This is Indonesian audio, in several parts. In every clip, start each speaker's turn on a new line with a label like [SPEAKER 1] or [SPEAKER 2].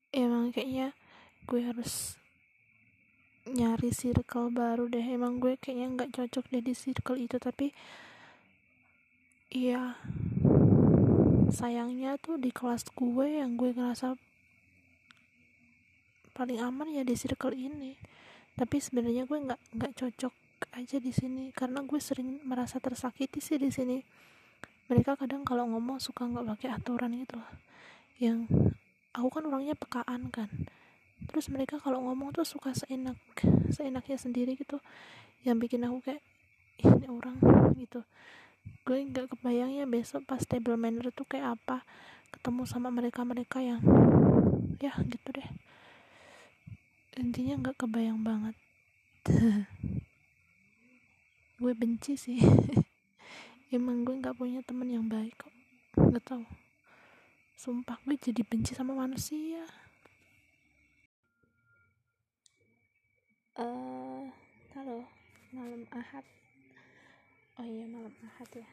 [SPEAKER 1] emang kayaknya gue harus nyari circle baru deh. Emang gue kayaknya nggak cocok deh di circle itu. Tapi iya, sayangnya tuh di kelas gue yang gue ngerasa paling aman ya di circle ini. Tapi sebenarnya gue nggak cocok aja di sini karena gue sering merasa tersakiti sih di sini. Mereka kadang kalau ngomong suka nggak pakai aturan gitu loh. Yang aku kan orangnya pekaan kan, terus mereka kalau ngomong tuh suka seenaknya sendiri gitu, yang bikin aku kayak ini orang gitu. Gue nggak kebayang ya besok pas table manner tuh kayak apa, ketemu sama mereka yang ya gitu deh, intinya nggak kebayang banget. Gue benci sih. Emang gue nggak punya temen yang baik kok, nggak tahu, sumpah gue jadi benci sama manusia. Halo, malam Ahad. Oh iya, malam Ahad ya.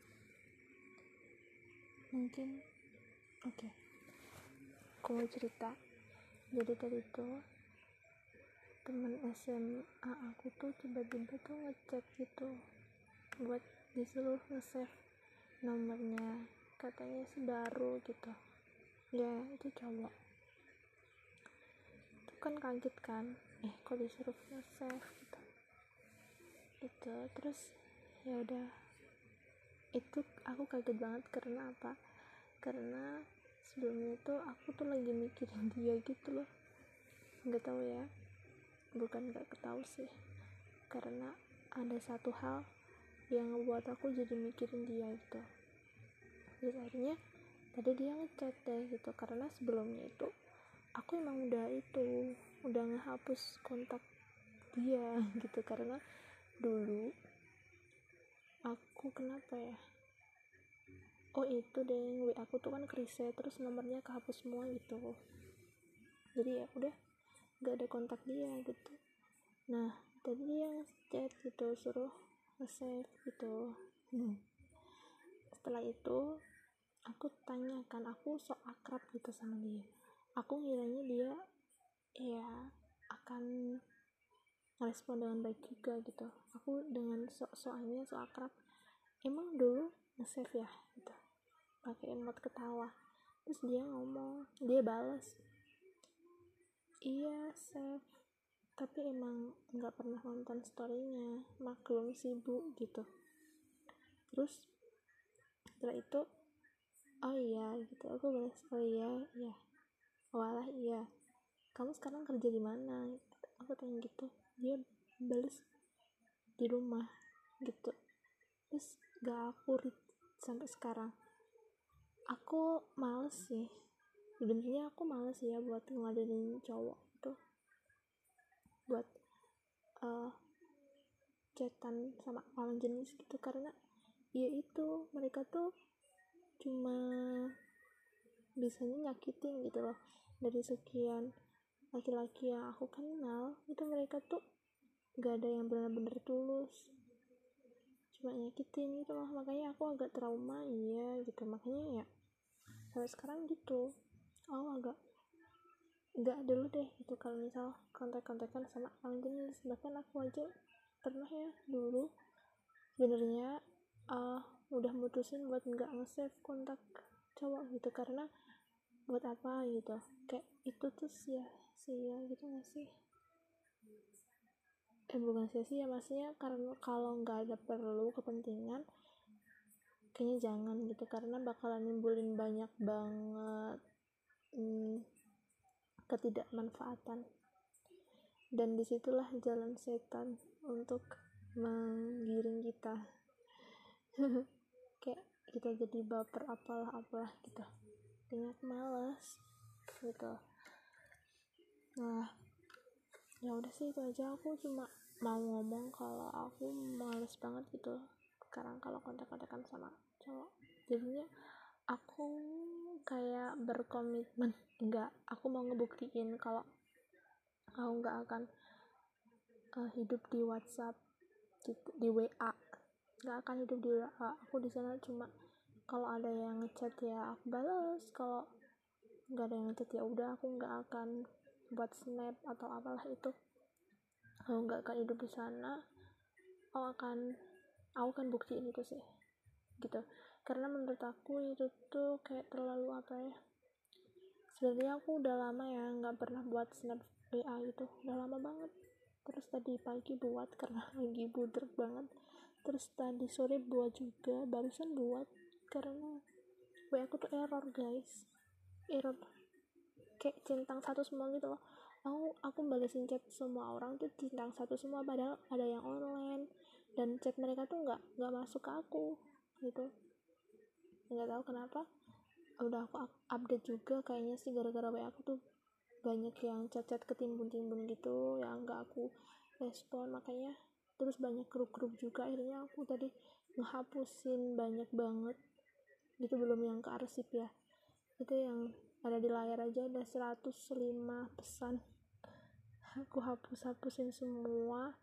[SPEAKER 1] Mungkin oke. Aku mau cerita. Jadi tadi tuh temen SMA aku tuh tiba-tiba tuh ngechat gitu buat disuruh nge-save nomornya. Katanya sih baru gitu. Ya, itu cowok. Itu kan kaget kan. Kok disuruh nge-save gitu. Itu terus ya udah. Itu aku kaget banget karena apa? Karena sebelumnya tuh aku tuh lagi mikirin dia gitu loh. Nggak tahu ya, bukan nggak ketahui sih, karena ada satu hal yang ngebuat aku jadi mikirin dia gitu. Jadi akhirnya tadi dia ngechat deh gitu, karena sebelumnya itu aku emang udah ngehapus kontak dia gitu, karena dulu aku kenapa ya, itu deh, WA aku tuh kan kriset, terus nomornya kehapus semua gitu. Jadi ya udah gak ada kontak dia gitu. Nah tadi dia ngechat gitu, suruh nge-save gitu. Setelah itu aku tanya kan, aku sok akrab gitu sama dia, aku ngiranya dia ya akan respon dengan baik juga gitu. Aku dengan sok-sokannya sok akrab, emang dulu nge-save ya gitu, pakai emot ketawa. Terus dia balas, iya save, tapi emang nggak pernah nonton storynya, maklum sibuk gitu. Terus setelah itu oh iya gitu, aku balas oh iya iya, walah iya, kamu sekarang kerja di mana, aku tanya gitu. Dia balas di rumah gitu. Terus gak aku read sampai sekarang. Aku males sih sebenarnya, aku males ya buat ngeladenin cowok itu, buat chatan sama lawan jenis gitu, karena ya itu mereka tuh cuma bisanya nyakitin gitu loh. Dari sekian laki-laki yang aku kenal itu, mereka tuh gak ada yang benar-benar tulus, cuma nyakitin gitu loh. Makanya aku agak trauma iya gitu, makanya ya sampai sekarang gitu aku agak nggak dulu deh gitu kalau misal kontak-kontakan sama lawan jenis. Bahkan aku aja pernah ya dulu sebenarnya udah mutusin buat nggak nge-save kontak cowok gitu, karena buat apa gitu, kayak itu tuh sia-sia gitu nggak sih, bukan sia-sia, maksudnya karena kalau nggak ada perlu kepentingan kayaknya jangan gitu, karena bakalan nimbulin banyak banget ketidakmanfaatan. Dan disitulah jalan setan untuk menggiring kita. Kayak kita jadi baper apalah gitu, kayaknya aku malas gitu. Nah ya udah sih, itu aja. Aku cuma mau ngomong kalau aku males banget gitu sekarang kalau kontak-kontakan sama cowok. Jadinya aku kayak berkomitmen, enggak, aku mau ngebuktiin kalau aku nggak akan hidup di WhatsApp gitu, di WA nggak akan hidup di WA. Aku di sana cuma kalau ada yang ngechat ya aku balas, kalau nggak ada yang ngechat, ya udah aku nggak akan buat snap atau apalah itu. Aku nggak akan hidup di sana. Aku akan buktiin itu sih gitu. Karena menurut aku itu tuh kayak terlalu apa ya, sebenarnya aku udah lama ya nggak pernah buat snap WA gitu, udah lama banget. Terus tadi pagi buat karena lagi budek banget, terus tadi sore buat juga, barusan buat karena WA aku tuh error guys, error kayak centang satu semua gitu loh. Aku balesin chat semua orang tuh centang satu semua, padahal ada yang online dan chat mereka tuh nggak masuk ke aku gitu. Nggak tahu kenapa. Udah aku update juga kayaknya sih, gara-gara WA aku tuh banyak yang chat-chat ketimbun-timbun gitu yang nggak aku respon, makanya terus banyak grup-grup juga. Akhirnya aku tadi ngehapusin banyak banget gitu, belum yang ke arsip ya, itu yang ada di layar aja ada 105 pesan. Aku hapusin semua.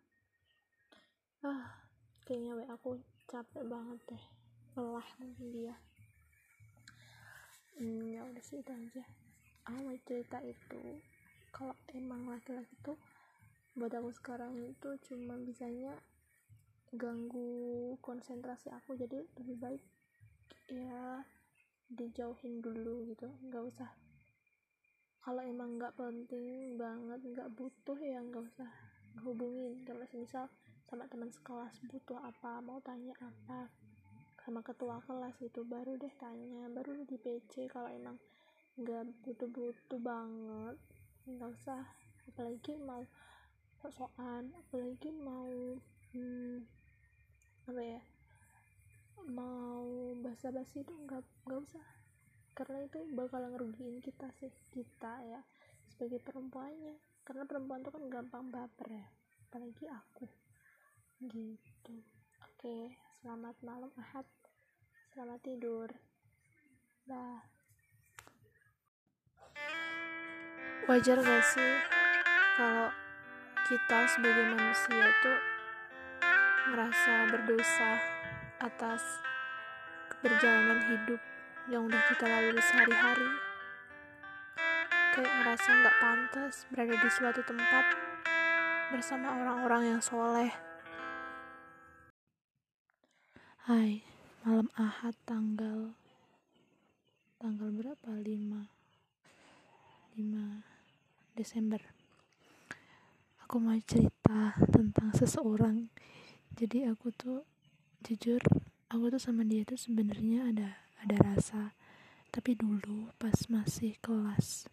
[SPEAKER 1] Kayaknya WA aku capek banget deh, lelah mungkin dia. Ya udah sih, itu aja aku mau cerita itu. Kalau emang laki-laki tuh buat aku sekarang itu cuma bisanya ganggu konsentrasi aku, jadi lebih baik ya dijauhin dulu gitu, nggak usah. Kalau emang nggak penting banget, nggak butuh, ya nggak usah hubungin. Kalau misal sama teman sekelas butuh apa, mau tanya apa sama ketua kelas itu, baru deh tanya, baru di PC. Kalau emang nggak butuh banget, nggak usah. Apalagi mau sok-sokan, apalagi mau apa ya, mau basa-basi itu nggak usah, karena itu bakal ngerugiin kita sih, kita ya sebagai perempuannya. Karena perempuan tuh kan gampang baper ya, apalagi aku gitu. Oke, selamat malam Ahad, selamat tidur, dah. Wajar gak sih kalau kita sebagai manusia itu ngerasa berdosa atas perjalanan hidup yang udah kita lalui sehari-hari? Kayak ngerasa gak pantas berada di suatu tempat bersama orang-orang yang soleh. Hai, malam Ahad tanggal berapa? 5 Desember. Aku mau cerita tentang seseorang. Jadi aku tuh jujur, aku tuh sama dia tuh sebenarnya ada rasa. Tapi dulu pas masih kelas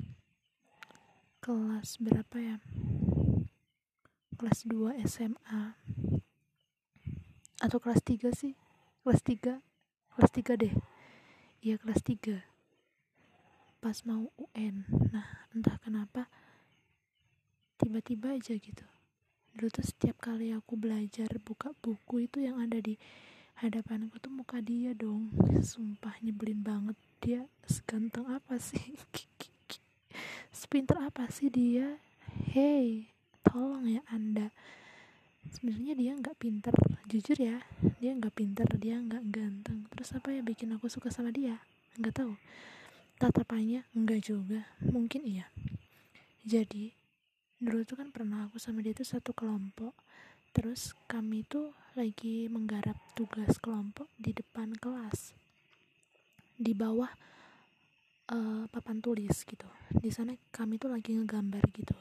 [SPEAKER 1] berapa ya? Kelas 2 SMA atau kelas 3 sih? Kelas 3 deh. Iya, kelas 3. Pas mau UN. Nah, entah kenapa tiba-tiba aja gitu. Dulu tuh setiap kali aku belajar buka buku, itu yang ada di hadapanku tuh muka dia dong. Sumpah nyebelin banget. Dia seganteng apa sih? Sepinter apa sih dia? Hey, tolong ya Anda. Sebenarnya dia nggak pinter, jujur ya, dia nggak pinter, dia nggak ganteng. Terus apa ya bikin aku suka sama dia? Nggak tahu. Tatapannya enggak juga, mungkin iya. Jadi dulu tuh kan pernah aku sama dia tuh satu kelompok. Terus kami tuh lagi menggarap tugas kelompok di depan kelas, di bawah papan tulis gitu. Di sana kami tuh lagi ngegambar gitu.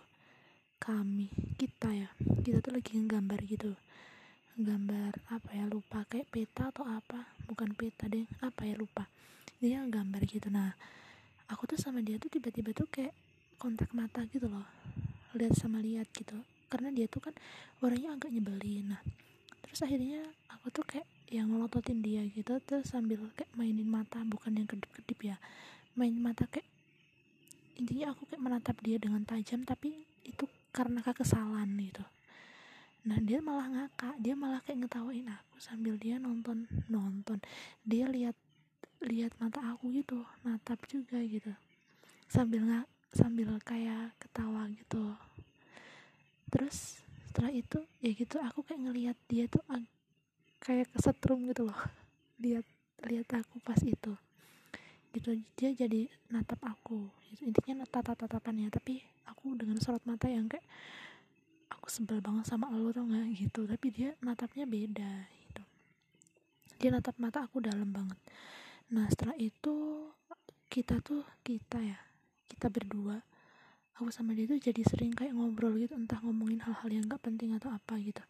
[SPEAKER 1] Kita tuh lagi ngegambar gitu. Gambar apa ya, lupa, kayak peta atau apa, bukan peta deh, apa ya, lupa. Dia ngegambar gitu. Nah, aku tuh sama dia tuh tiba-tiba tuh kayak kontak mata gitu loh, lihat gitu, karena dia tuh kan orangnya agak nyebelin. Nah, terus akhirnya aku tuh kayak yang ngelototin dia gitu, terus sambil kayak mainin mata, bukan yang kedip-kedip ya, main mata, kayak intinya aku kayak menatap dia dengan tajam, tapi itu karena kekesalan gitu. Nah, dia malah ngakak, dia malah kayak ngetawain aku sambil dia nonton, dia lihat mata aku gitu, natap juga gitu, sambil kayak ketawa gitu. Terus setelah itu ya gitu, aku kayak ngelihat dia tuh kayak kesetrum gitu loh. lihat aku pas itu. gitu. Dia jadi natap aku gitu. Intinya tatap-tatapannya, tapi aku dengan sorot mata yang kayak aku sebel banget sama lo tau gak gitu. Tapi dia natapnya beda gitu, dia natap mata aku dalam banget. Nah setelah itu kita berdua, aku sama dia tuh jadi sering kayak ngobrol gitu, entah ngomongin hal-hal yang gak penting atau apa gitu.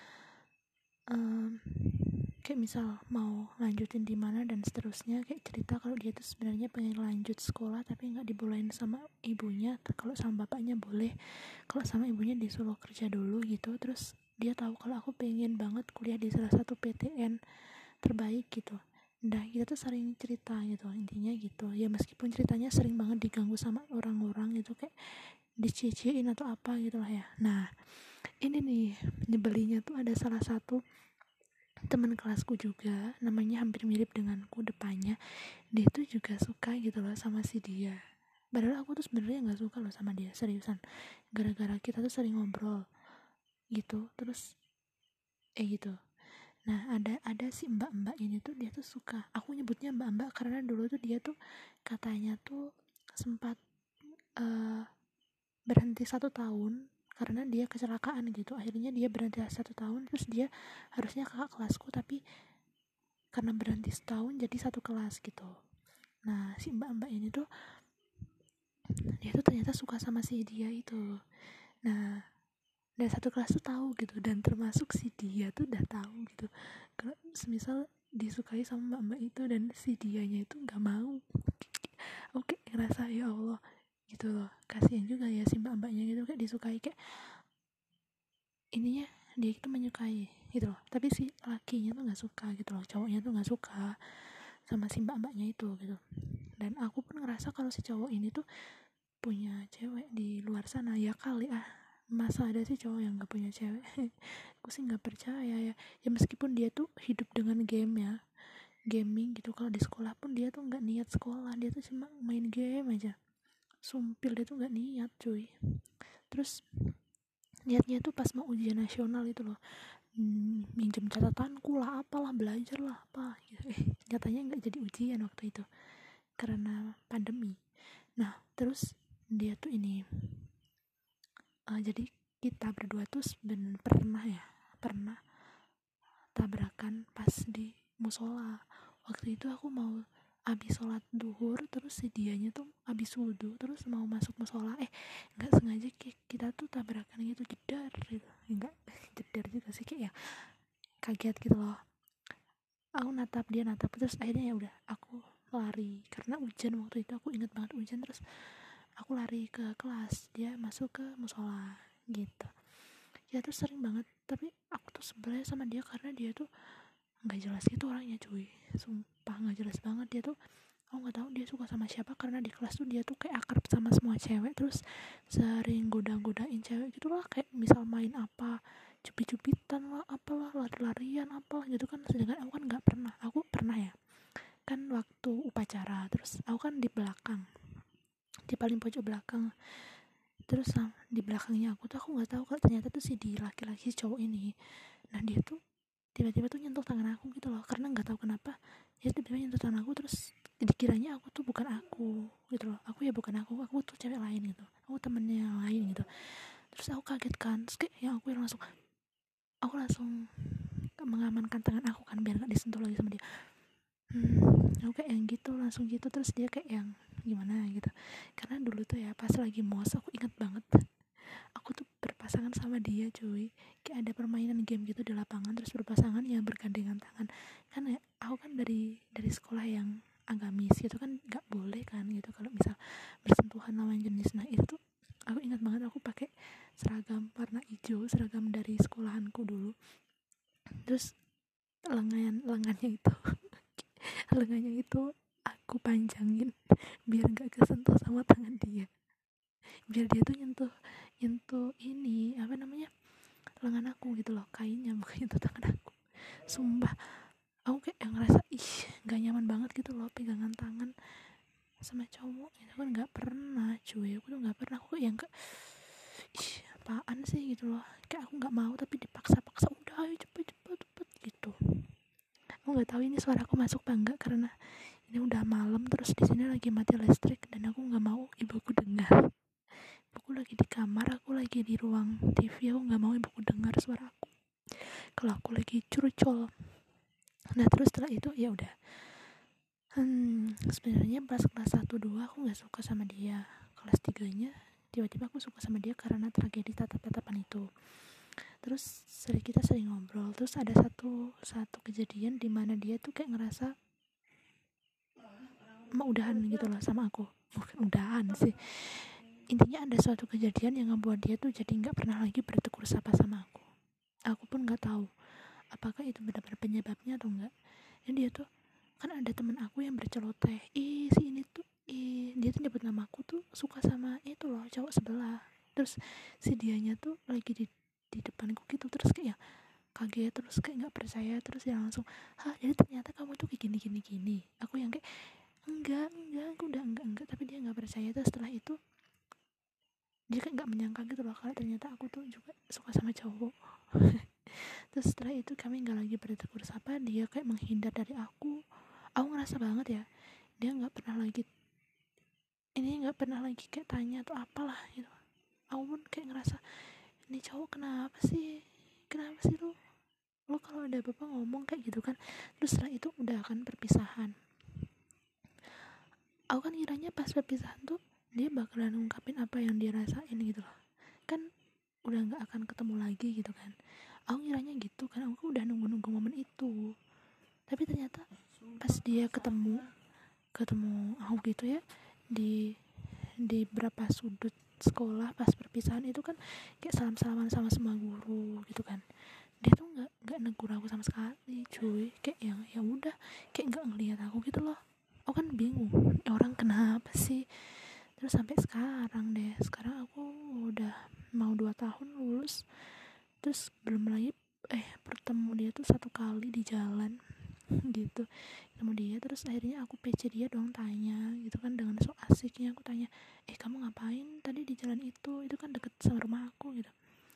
[SPEAKER 1] Kayak misal mau lanjutin di mana dan seterusnya, kayak cerita kalau dia tuh sebenarnya pengen lanjut sekolah tapi nggak dibolehin sama ibunya. Kalau sama bapaknya boleh, kalau sama ibunya disuruh kerja dulu gitu. Terus dia tahu kalau aku pengen banget kuliah di salah satu PTN terbaik gitu. Nah kita tuh sering cerita gitu, intinya gitu ya, meskipun ceritanya sering banget diganggu sama orang-orang gitu, kayak dicie-ciein atau apa gitu lah ya. Nah ini nih nyebelinya tuh, ada salah satu teman kelasku juga, namanya hampir mirip denganku depannya, dia tuh juga suka gitu loh sama si dia. Padahal aku tuh sebenarnya nggak suka loh sama dia, seriusan. Gara-gara kita tuh sering ngobrol gitu, terus gitu. Nah ada si mbak-mbak ini tuh, dia tuh suka, aku nyebutnya mbak-mbak karena dulu tuh dia tuh katanya tuh sempat berhenti 1 tahun karena dia kecelakaan gitu. Akhirnya dia berhenti 1 tahun, terus dia harusnya kakak kelasku, tapi karena berhenti setahun jadi satu kelas gitu. Nah si mbak-mbak ini tuh, dia tuh ternyata suka sama si dia itu. Nah dan satu kelas tuh tahu gitu, dan termasuk si dia tuh udah tahu gitu kalau semisal disukai sama mbak-mbak itu, dan si dianya itu nggak mau. Oke, ngerasa ya Allah gitu loh, kasihan juga ya si mbak-mbaknya gitu, kayak disukai, kayak ininya dia itu menyukai gitu loh, tapi si lakinya tuh nggak suka gitu loh, cowoknya tuh nggak suka sama si mbak-mbaknya itu gitu. Dan aku pun ngerasa kalau si cowok ini tuh punya cewek di luar sana. Ya kali masa ada sih cowok yang nggak punya cewek? Aku sih nggak percaya ya. Ya meskipun dia tuh hidup dengan game ya, gaming gitu. Kalau di sekolah pun dia tuh nggak niat sekolah, dia tuh cuma main game aja, sumpil, dia tuh nggak niat cuy. Terus niatnya tuh pas mau ujian nasional itu loh, minjem catatanku lah, apalah, belajar lah apa gitu. Nyatanya nggak jadi ujian waktu itu karena pandemi. Nah terus dia tuh ini jadi kita berdua tuh pernah tabrakan pas di musola. Waktu itu aku mau abis sholat duhur, terus si dianya tuh abis wudhu terus mau masuk musola, nggak sengaja kita tuh tabrakan gitu, jedar gitu. Nggak jedar juga sih, kayak ya kaget gitu loh. Aku natap, dia natap, terus akhirnya ya udah aku lari karena hujan waktu itu, aku inget banget hujan. Terus aku lari ke kelas, dia masuk ke musola gitu. Ya tuh sering banget, tapi aku tuh sebenarnya sama dia karena dia tuh nggak jelas gitu orangnya cuy, sumpah nggak jelas banget. Dia tuh, aku nggak tahu dia suka sama siapa, karena di kelas tuh dia tuh kayak akrab sama semua cewek, terus sering godain cewek gitulah, kayak misal main apa, cubit-cubitan lah, apalah, lari-larian apalah gitu kan. Sedangkan aku kan nggak pernah. Aku pernah ya kan waktu upacara, terus aku kan di belakang, di paling pojok belakang. Terus di belakangnya aku nggak tahu kalau ternyata tuh si di laki-laki cowok ini. Nah dia tuh tiba-tiba tuh nyentuh tangan aku gitu loh, karena nggak tahu kenapa dia tiba-tiba nyentuh tangan aku, terus dikiranya aku tuh bukan aku gitu loh. Aku ya bukan aku tuh cewek lain gitu, aku temennya yang lain gitu. Terus aku kaget kan, terus kayak yang aku langsung mengamankan tangan aku kan biar nggak disentuh lagi sama dia. Aku kayak yang gitu, langsung gitu. Terus dia kayak yang gimana gitu, karena dulu tuh ya pas lagi mos, aku inget banget aku tuh berpasangan sama dia cuy. Kayak ada permainan game gitu di lapangan, terus berpasangan yang bergandengan tangan kan ya. Aku kan dari sekolah yang agamis gitu kan, nggak boleh kan gitu kalau misal bersentuhan lawan jenis. Nah itu tuh aku ingat banget, aku pakai seragam warna hijau, seragam dari sekolahanku dulu. Terus lengannya itu lengannya itu aku panjangin biar nggak kesentuh sama tangan dia, biar dia tuh nyentuh ini apa namanya, lengan aku gitu loh, kainnya, bukan nyentuh tangan aku. Sumpah aku kayak yang ngerasa nggak nyaman banget gitu loh pegangan tangan sama cowok. Itu kan nggak pernah cuy, aku tuh nggak pernah. Aku yang kayak apaan sih gitu loh, kayak aku nggak mau tapi dipaksa-paksa, udah ayo cepet gitu. Aku nggak tahu ini suara aku masuk apa enggak karena ini udah malam, terus di sini lagi mati listrik dan aku nggak mau ibuku dengar. Ibuku lagi di kamar, aku lagi di ruang TV, aku nggak mau ibuku dengar suara aku kalau aku lagi curcol. Nah terus setelah itu ya udah, sebenarnya pas kelas 1-2 aku nggak suka sama dia. Kelas 3-nya tiba-tiba aku suka sama dia karena tragedi tatap-tatapan itu. Terus kita sering ngobrol. Terus ada satu kejadian di mana dia tuh kayak ngerasa mau udahan gitu loh sama aku. Bukan udahan sih, intinya ada suatu kejadian yang ngebuat dia tuh jadi nggak pernah lagi bertegur sapa sama aku. Aku pun nggak tahu apakah itu benar-benar penyebabnya atau enggak. Dan dia tuh, kan ada teman aku yang berceloteh, si ini tuh dia tuh nyebut nama aku tuh suka sama itu loh cowok sebelah. Terus si dianya tuh lagi di depanku gitu, terus kayak kaget, terus kayak nggak percaya, terus dia langsung, jadi ternyata kamu tuh kayak gini. Aku yang kayak enggak, aku udah enggak, tapi dia nggak percaya. Terus setelah itu dia kayak nggak menyangka gitu loh kalau ternyata aku tuh juga suka sama cowok. Terus setelah itu kami nggak lagi bertegur sapa, dia kayak menghindar dari aku ngerasa banget ya, dia nggak pernah lagi kayak tanya atau apalah gitu. Aku pun kayak ngerasa, ini cowok kenapa sih lu kalau ada apa-apa ngomong kayak gitu kan. Terus setelah itu udah akan perpisahan, aku kan kiranya pas perpisahan tuh dia bakalan ngungkapin apa yang dia rasain gitu loh, kan udah nggak akan ketemu lagi gitu kan. Aku kiranya gitu kan, aku udah nunggu momen itu. Tapi ternyata pas dia ketemu aku gitu ya, di berapa sudut sekolah pas perpisahan itu kan kayak salam-salaman sama semua guru gitu kan. Dia tuh nggak negur aku sama sekali cuy, kayak yang ya udah kayak nggak ngelihat aku gitu loh. Aku kan bingung, orang kenapa sih. Terus sampai sekarang aku udah mau 2 tahun lulus, terus belum lagi bertemu dia tuh 1 kali di jalan gitu, ketemu dia. Terus akhirnya aku PC dia dong, tanya gitu kan dengan so asiknya. Aku tanya, kamu ngapain tadi di jalan itu kan deket sama rumah aku gitu.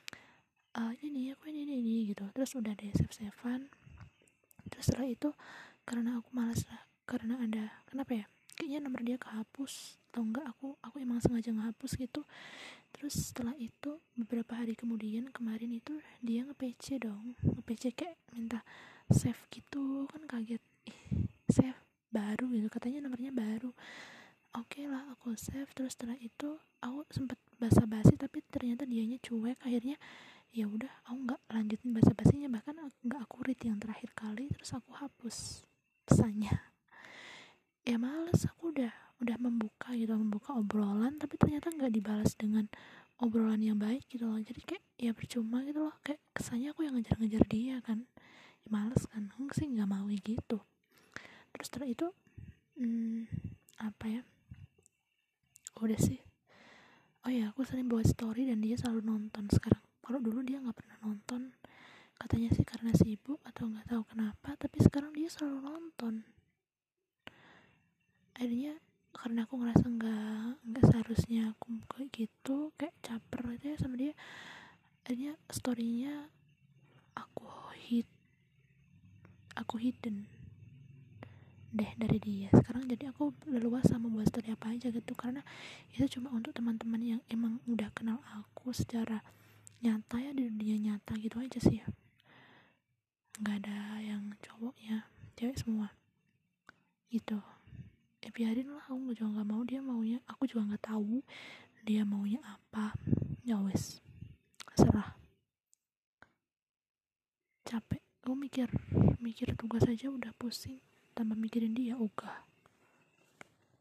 [SPEAKER 1] Ini gitu. Terus udah deh save-savean. Terus setelah itu karena aku malas lah, karena ada kenapa ya, kayaknya nomor dia kehapus atau enggak, aku emang sengaja ngehapus gitu. Terus setelah itu beberapa hari kemudian, kemarin itu dia nge-PC kayak minta save gitu. Kan kaget, save baru gitu, katanya nomornya baru. Oke lah, aku save. Terus setelah itu aku sempet basa-basi, tapi ternyata dianya cuek. Akhirnya ya udah, aku nggak lanjutin basa-basinya, bahkan nggak aku read yang terakhir kali. Terus aku hapus pesannya. Ya males, aku udah membuka obrolan, tapi ternyata nggak dibalas dengan obrolan yang baik gitu loh. Jadi kayak ya percuma gitu loh, kayak kesannya aku yang ngejar-ngejar dia kan. Ya males kan, aku sih nggak mau gitu. Terus setelah itu apa ya, udah sih. Oh ya, aku sering buat story dan dia selalu nonton sekarang. Kalau dulu dia nggak pernah nonton, katanya sih karena sibuk atau nggak tahu kenapa, tapi sekarang dia selalu nonton. Akhirnya karena aku ngerasa nggak seharusnya aku kayak gitu, kayak caper aja sama dia. Akhirnya storynya aku hidden deh dari dia sekarang. Jadi aku leluasa membuat story apa aja gitu, karena itu cuma untuk teman-teman yang emang udah kenal aku secara nyata ya, di dunia nyata gitu aja sih ya. Nggak ada yang cowoknya, cewek semua gitu. Biarin lah, aku juga nggak mau dia maunya, aku juga nggak tahu dia maunya apa. Ya wes, serah. Capek aku mikir tugas aja udah pusing, tambah mikirin dia ogah.